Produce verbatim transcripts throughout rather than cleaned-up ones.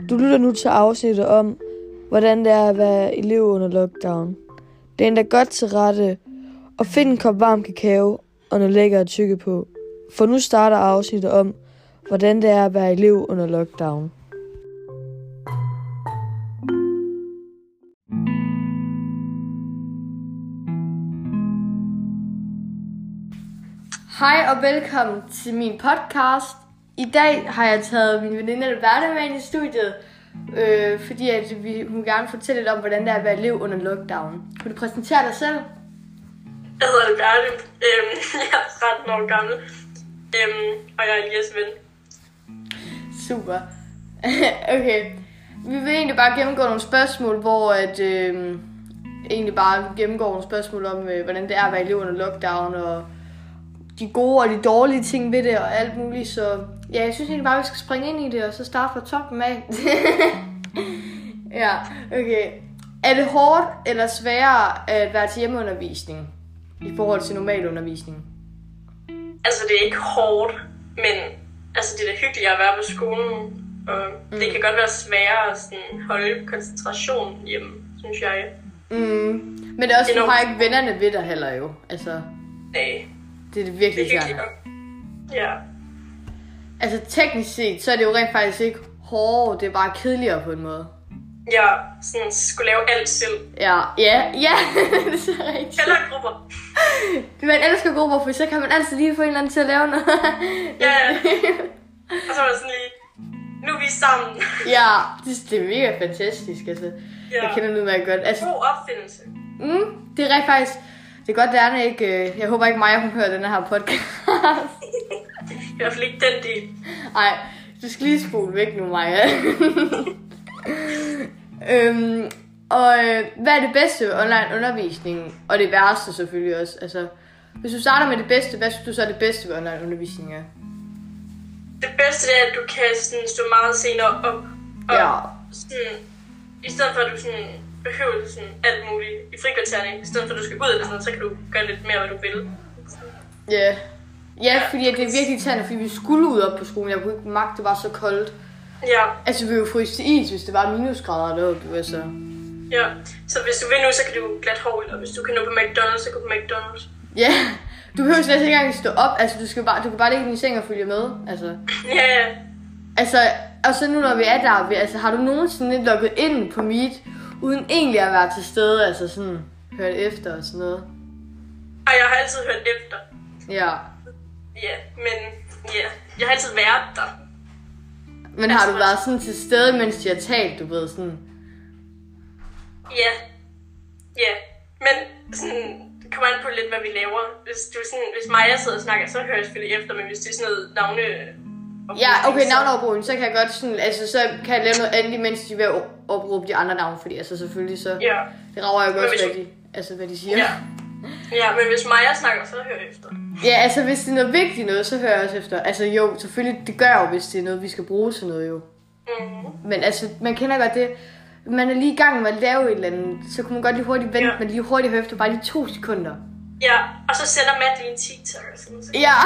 Du lytter nu til afsnittet om, hvordan det er at være elev under lockdown. Det er endda godt til rette, og find en kop varm kakao og noget lækker at tykke på. For nu starter afsnittet om, hvordan det er at være elev under lockdown. Hej og velkommen til min podcast. I dag har jeg taget min veninde Alberte med ind i studiet, øh, fordi at vi, hun gerne fortælle lidt om, hvordan det er at være elev under lockdown. Kan du præsentere dig selv? Jeg hedder Alberte. Øhm, jeg er tretten år gammel, øhm, og jeg er Elias ven. Super. Okay. Vi vil egentlig bare gennemgå nogle spørgsmål, hvor at, øh, egentlig bare gennemgå nogle spørgsmål om, øh, hvordan det er at være elev under lockdown, og de gode og de dårlige ting ved det, og alt muligt. Så ja, jeg synes egentlig bare, vi skal springe ind i det, og så starte fra toppen af. Ja, okay. Er det hårdt eller sværere at være til hjemmeundervisning i forhold til normal undervisning? Altså, det er ikke hårdt, men altså, det er da hyggeligt at være på skolen, og mm. det kan godt være sværere at sådan, holde koncentration hjemme, synes jeg. Mm. Men det er også, du har ikke vennerne ved dig heller jo. Altså, nej. Det er det virkelig svært. Ja. Altså teknisk set, så er det jo rent faktisk ikke hårdere, det er bare kedeligere på en måde. Ja, sådan skulle lave alt selv. Ja, ja, ja, det er så rigtigt. Eller grupper. Man elsker grupper, for så kan man altid lige få en eller anden til at lave noget. Ja, ja. Og så var det sådan lige, nu er vi sammen. Ja, det, det er mega fantastisk, altså. Ja. Jeg kender det meget godt. Altså, god opfindelse. Mm, det er rent faktisk. Det er godt, det er ikke. Jeg håber ikke Maja, hun hører den her podcast. I hvert fald ikke den del. Nej, du skal lige spole væk nu, Maja. øhm, og øh, hvad er det bedste ved online undervisning? Og det værste selvfølgelig også. Altså, hvis du starter med det bedste, hvad synes du så er det bedste ved online undervisning? Er? Det bedste er, at du kan sådan, stå meget senere op. Og ja. Sådan, i stedet for at du sådan behøver sådan alt muligt i frikvartererne, i stedet for at du skal ud eller sådan, så kan du gøre lidt mere, hvad du vil. Ja. Yeah. Ja, fordi det er virkelig irriterende, fordi vi skulle ud op på skolen. Jeg kunne ikke magte, det var så koldt. Ja. Altså, vi ville jo fryse til is, hvis det var minusgrader deroppe, altså. Ja, så hvis du vil nu, så kan du glat hår, eller hvis du kan nå på McDonald's, så kan du på McDonald's. Ja, du behøver slet ikke engang stå op, altså du, skal bare, du kan bare ligge i din seng og følge med, altså. Ja, ja. Altså, og så nu når vi er der, vi, altså har du nogensinde lidt logget ind på Meet, uden egentlig at være til stede, altså sådan, hørt efter og sådan noget? Ej, jeg har altid hørt efter. Ja. Ja, men ja, jeg har altid været der. Men har du været sådan til stede, mens de har talt, du ved, sådan? Ja. Ja, men sådan, det kommer an på lidt, hvad vi laver. Hvis, du sådan, hvis Maja sidder og snakker, så hører jeg selvfølgelig efter, men hvis det er sådan noget navne... Ja, okay, navneoprydning, så kan jeg godt sådan, altså så kan jeg lave noget andet, mens de vil opråbe de andre navne, fordi altså selvfølgelig så... Ja. Det rager jeg godt, hvad de, altså, hvad de siger. Ja. Ja, men hvis Maja snakker, så hører jeg efter. Ja, altså hvis det er noget vigtigt noget, så hører jeg også efter. Altså jo, selvfølgelig, det gør jeg jo, hvis det er noget, vi skal bruge til noget jo. Mm-hmm. Men altså, man kender godt det. Man er lige i gang med at lave et eller andet, så kunne man godt lige hurtigt vente, ja. Men lige hurtigt høre efter bare lige to sekunder. Ja, og så sender Matt lige en TikTok og sådan noget. Ja.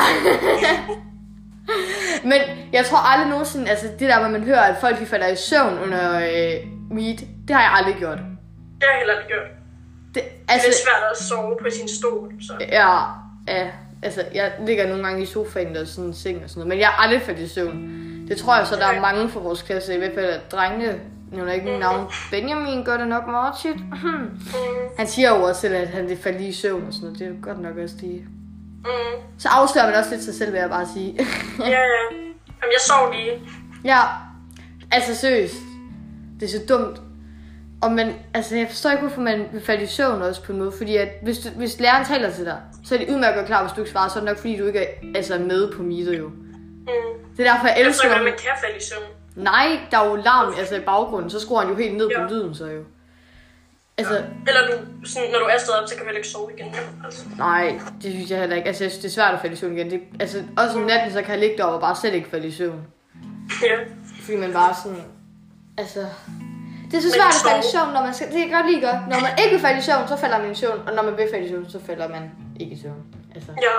Men jeg tror aldrig nogensinde, altså det der, hvor man hører, at folk de falder i søvn under øh, Meet, det har jeg aldrig gjort. Det har jeg heller ikke gjort. Det, altså, det er svært at sove på sin stol, så. Ja, ja. Altså, jeg ligger nogle gange i sofaen og sådan en seng og sådan noget, men jeg har aldrig faldet i søvn. Det tror jeg så, der er mange fra vores klasse, i hvert fald at drengene, nævner ikke min navn, Benjamin gør det nok meget tit. Mm. Han siger jo også selv, at han det faldt lige i søvn og sådan noget, det er jo godt nok også lige. Mm. Så afslører man også lidt sig selv, vil jeg bare sige. Ja, ja. Jamen, jeg sov lige. Ja, altså seriøst. Det er så dumt. Og man, altså jeg forstår ikke, hvorfor man vil falde i søvn også på en måde, fordi at hvis, du, hvis læreren taler til dig, så er det udmærket klar, hvis du ikke svarer, så er det nok fordi, du ikke er altså, med på meetet jo. Mm. Det er derfor, jeg elsker... Jeg tror ikke, man kan falde i søvn. Nej, der er jo larm altså, i baggrunden, så skruer han jo helt ned ja. På lyden så jo. Altså... Ja. Eller du, sådan, når du er stået op, så kan man ikke sove igen. Altså. Nej, det synes jeg heller ikke. Altså jeg synes, det er svært at falde i søvn igen. Det, altså også om natten, så kan jeg ligge deroppe og bare slet ikke falde i søvn. Ja. Fordi man bare sådan... Altså... Det er så svært at falde i søvn, når man skal... Det kan jeg godt lide godt. Når man ikke vil falde i søvn, så falder man i søvn. Og når man vil falde i søvn, så falder man ikke i søvn. Altså... Ja.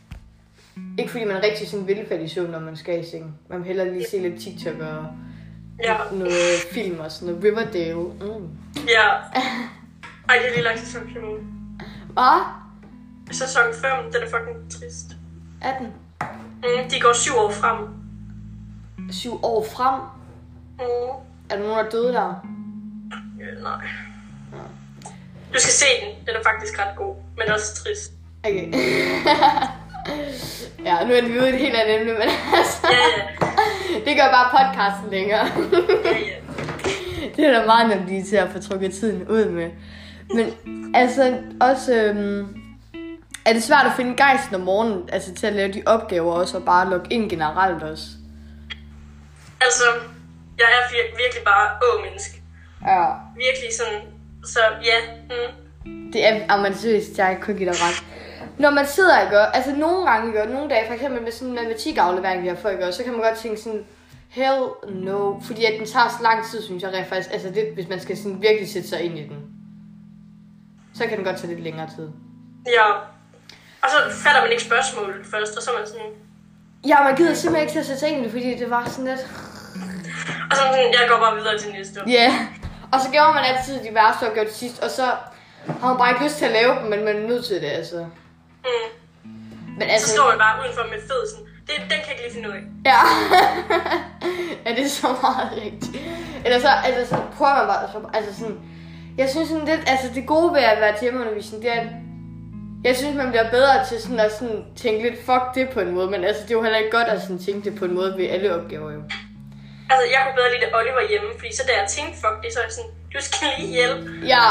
Ikke fordi man rigtig sådan vil falde i søvn, når man skal i seng. Man vil hellere lige se lidt TikTok og Ja. Noget film og sådan noget. Riverdale. Mm. Ja. Ej, det er lige lang sæson fem. Hvad? Sæson fem, den er fucking trist. atten. Mm, de går syv år frem. Syv år frem? Mm. Er der nogen, der er døde der? Øh, nej. Ja. Du skal se den. Den er faktisk ret god, men også trist. Okay. Ja, nu er vi ude i et helt andet emne, men altså... Ja, ja. Det gør bare podcasten længere. Ja, ja. Det er da meget nemt lige til at få trukket tiden ud med. Men altså også... Øhm, er det svært at finde gejsten om morgenen, altså til at lave de opgaver også, og bare logge ind generelt også? Altså, jeg er vir- virkelig bare å-menneske. Ja. Virkelig sådan, så ja. Mm. Det er amatorisk, jeg kan give dig ret. Når man sidder og gør, altså nogle gange gør, nogle dage, for eksempel med sådan en matematikaflevering, vi har fået gør, så kan man godt tænke sådan, hell no, fordi at den tager så lang tid, synes jeg rent faktisk, altså det, hvis man skal sådan virkelig sætte sig ind i den, så kan den godt tage lidt længere tid. Ja, og så fatter man ikke spørgsmålet først, og så er man sådan... Ja, man gider simpelthen ikke til at sætte sig ind i det, fordi det var sådan lidt... Og så er man sådan, jeg går bare videre til næste år. Ja, yeah. Og så gjorde man altid de værste opgaver til sidst, og så har man bare ikke lyst til at lave dem, men man er nødt til det, altså. Mm. Men altså... Så står man bare udenfor med fed, sådan, det, den kan jeg ikke lige finde ud af. Ja. Ja, det er så meget rigtigt. Eller så, altså sådan, prøver man bare, så, altså sådan, jeg synes sådan lidt, altså det gode ved at være til hjemmeundervisning, det er, at jeg synes, man bliver bedre til sådan at sådan tænke lidt, fuck det på en måde, men altså det er jo heller ikke godt at sådan tænke det på en måde ved alle opgaver jo. Altså, jeg kunne bedre lide, at Oliver hjemme, fordi så da jeg tænkte, fuck det, så er jeg sådan, du skal lige hjælpe. Ja.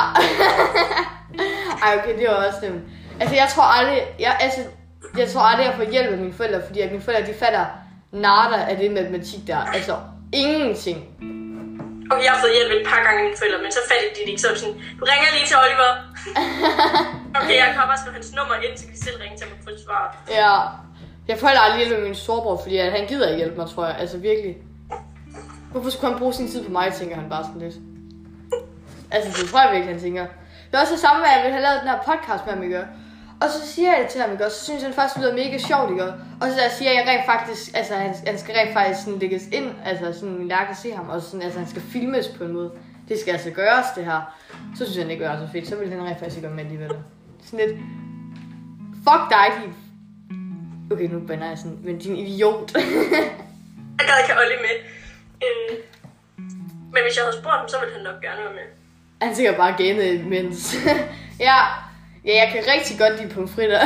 Ej, okay, det var også nemt. Altså, jeg tror aldrig, jeg, altså, jeg tror aldrig, jeg får hjælp af mine forældre, fordi at mine forældre, de fatter nada af det matematik der. Altså, ingenting. Okay, jeg har fået hjælp et par gange af mine forældre, men så fattede de det ikke, så var sådan, du ringer lige til Oliver. Okay, jeg kan bare skrive hans nummer ind, så kan de selv ringe til mig for et svar. Ja. Jeg får heller aldrig hjælp af min storebror, fordi at han gider ikke hjælpe mig, tror jeg. Altså, virkelig. Hvorfor skulle han bruge sin tid på mig, tænker han bare sådan lidt. Altså, det tror jeg virkelig, han tænker. Det er også det samme med, at jeg ville have lavet den her podcast med ham, ikke? Og så siger jeg det til ham, ikke? Og så synes han først, det lyder mega sjovt, ikke? Og så siger jeg rent faktisk, altså han, han skal rent faktisk sådan lægges ind, altså sådan, jeg kan se ham, og sådan, altså han skal filmes på en måde. Det skal altså gøres, det her. Så synes han ikke gør så fedt, så vil han rent faktisk ikke gøre med alligevel. Sådan lidt, fuck dig, din... Okay, nu bander jeg sådan, men din idiot. Jeg gad ikke Olli med. Øh, men hvis jeg havde spurgt ham, så ville han nok gerne være med. Han sikkert bare gamet imens. Ja, ja, jeg kan rigtig godt lide pomfritter.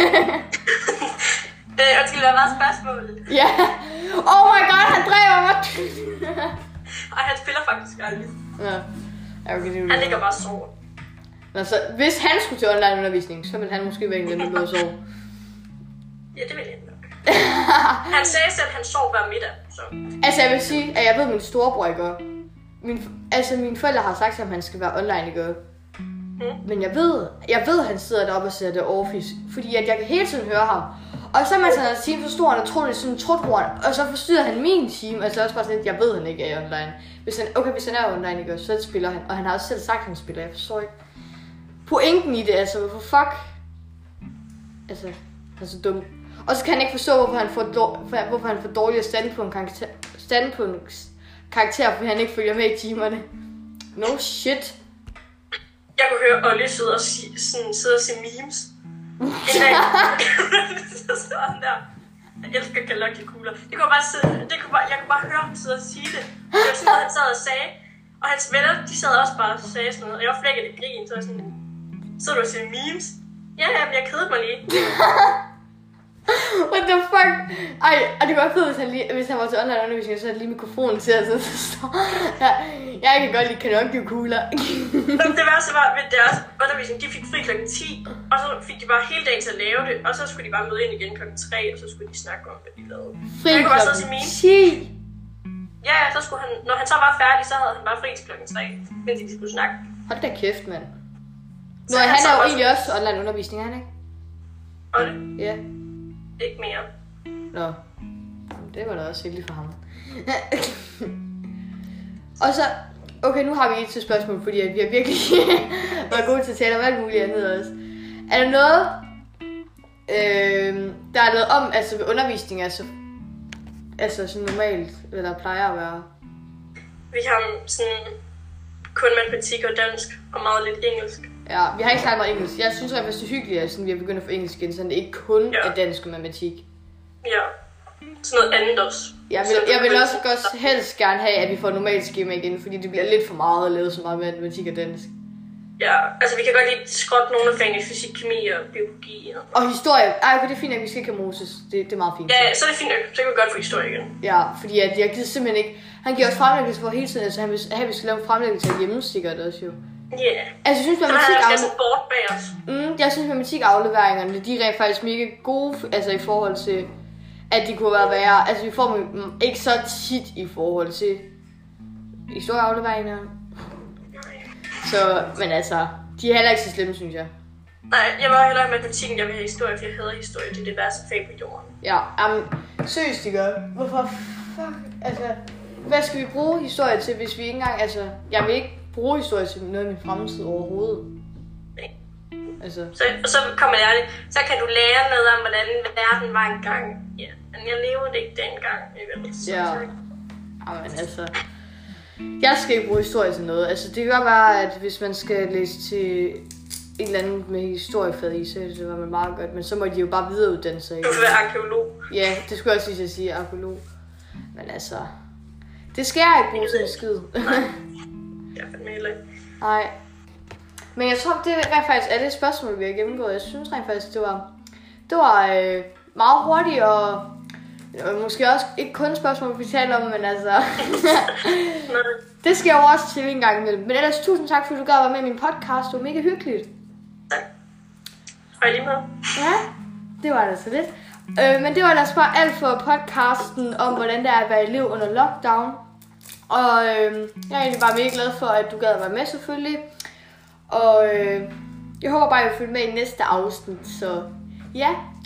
øh, undskyld, hvad var spørgsmålet? Ja. Oh my god, han dræber mig. Ej, han spiller faktisk aldrig. Ja. Okay, det han ligger bare og sover. Nå, så hvis han skulle til online undervisning, så ville han måske være en af dem, der lå og sove. Ja, det ville han nok. Han sagde selv, at han sov hver middag. Så. Altså, jeg vil sige, at jeg ved, at min storebror ikke gør. Min, altså, mine forældre har sagt, at han skal være online, ikke? Mm. Men jeg ved, jeg ved, at han sidder deroppe og ser The Office, fordi at jeg kan hele tiden høre ham. Og så mens han har time, så stod han og troede, det er sådan en truthorn, og så forstyrrer han min time. Altså også bare sådan lidt, jeg ved, at han ikke er online. Hvis han, okay, hvis han er online, ikke? Så spiller han. Og han har også selv sagt, at han spiller. Jeg forstår ikke pointen i det, altså, hvorfor fuck? Altså, han er så dum. Og så kan han ikke forstå, hvorfor han får, dår, hvorfor han får dårligere standpunkt karakter, standpunkt karakter, fordi han ikke følger med i timerne. No shit. Jeg kunne høre Olli sidde og, si, sådan, sidde og se memes. En dag, så stod han der. Jeg elsker kaloriekugler. Det kunne bare sidde, det kunne bare, jeg kunne bare høre ham sidde og sige det. Det var sådan noget, han sad og sagde. Og hans venner, de sad også bare og sagde sådan noget. Og jeg var flækket i grin, så var sådan, så du og se memes? Ja, jamen, jeg kedede mig lige. What the fuck? Ej, og det var fedt, hvis han, lige, hvis han var til online undervisning, så havde lige mikrofonen til at så stå. Ja, jeg kan godt lide kanonkyvekugler. Det værste var, ved deres undervisning, de fik fri klokken ti, og så fik de bare hele dagen til at lave det, og så skulle de bare møde ind igen klokken tre, og så skulle de snakke om, hvad de lavede. Fri klokken ti? Ja, så skulle han, når han så var færdig, så havde han bare fri til klokken tre, mens de skulle snakke. Hold da kæft, mand. Nå, han, han er jo også... egentlig også online undervisning, er han ikke? Olli? Ja. Ikke mere. Nå, det var da også heldigt for ham. Og så, okay, nu har vi et til spørgsmål, fordi vi har virkelig været gode til at tale om alt muligt andet også. Er der noget, øh, der er noget om, altså ved undervisning, altså, altså sådan normalt, hvad der plejer at være? Vi har sådan kun matematik og dansk, og meget lidt engelsk. Ja, vi har ikke klart meget engelsk. Jeg synes faktisk, det er hyggeligt, at sådan, vi har begyndt at få engelsk igen, så det ikke kun Ja. er dansk og matematik. Ja, sådan noget andet også. Jeg vil, jeg vil også godt helst gerne have, at vi får normalt skema igen, fordi det bliver lidt for meget at lave så meget matematik og dansk. Ja, altså vi kan godt lige skrotte nogle af fagene, fysik, kemi og biologi. Og, Og historie. Ej, for det er fint, at vi skal ikke have Moses. Det, det er meget fint. ja, så er det fint nok. Så kan vi godt få historie igen. Ja, fordi at jeg gider simpelthen ikke... Han giver os fremlæggelse for hele tiden, altså han vil have, at vi skal lave en fremlæggelse af hjemme, sikkert også jo. Ja. Yeah. Altså, jeg synes, Så matematik han er afle- sådan bort bag os. mm, jeg synes, matematikafleveringerne, de er rent faktisk mega gode, altså i forhold til, at de kunne være værre. Altså, vi får dem mm, ikke så tit i forhold til historieafleveringer. Så, men altså, de er heller ikke så slemme, synes jeg. Nej, jeg var hellere i matematik, end jeg vil have historie, for jeg hader historie. Det er det værste fag på jorden. Ja, um, seriøst, det gør. Hvorfor fuck, altså, hvad skal vi bruge historie til, hvis vi ikke engang, altså, jeg vil ikke bruge historie til noget af min fremtid overhovedet. Nej. Altså, Så, og så kommer det ærligt, så kan du lære noget om, hvordan verden var engang. Ja, men jeg levede ikke dengang. Så, ja. så, Jamen, altså, jeg skal ikke bruge historie til noget. Altså, det kan godt være, at hvis man skal læse til et eller andet med historiefag i, så er det var man meget godt. Men så må de jo bare videreuddanne sig. du vil være arkeolog. Ja, det skulle jeg også lige sige, arkeolog. Men altså, det skal jeg ikke bruge til en skid. Jeg fandt mig heller ikke. Nej. Men jeg tror, det er faktisk alle spørgsmål, vi har gennemgået. Jeg synes rent faktisk, det var, det var øh, meget hurtigt, og, og måske også ikke kun spørgsmål, vi taler om, men altså... det skal jeg jo også til en gang imellem. Men ellers, tusind tak, fordi du gad at være med i min podcast. Det var mega hyggeligt. Tak. Og lige med. Ja, det var det så lidt. Øh, men det var ellers bare alt for podcasten om, hvordan det er at være elev under lockdown. Og øh, jeg er egentlig bare mega glad for, at du gad at være med selvfølgelig. Og øh, jeg håber bare, at I vil følge med i næste afsnit. Så ja,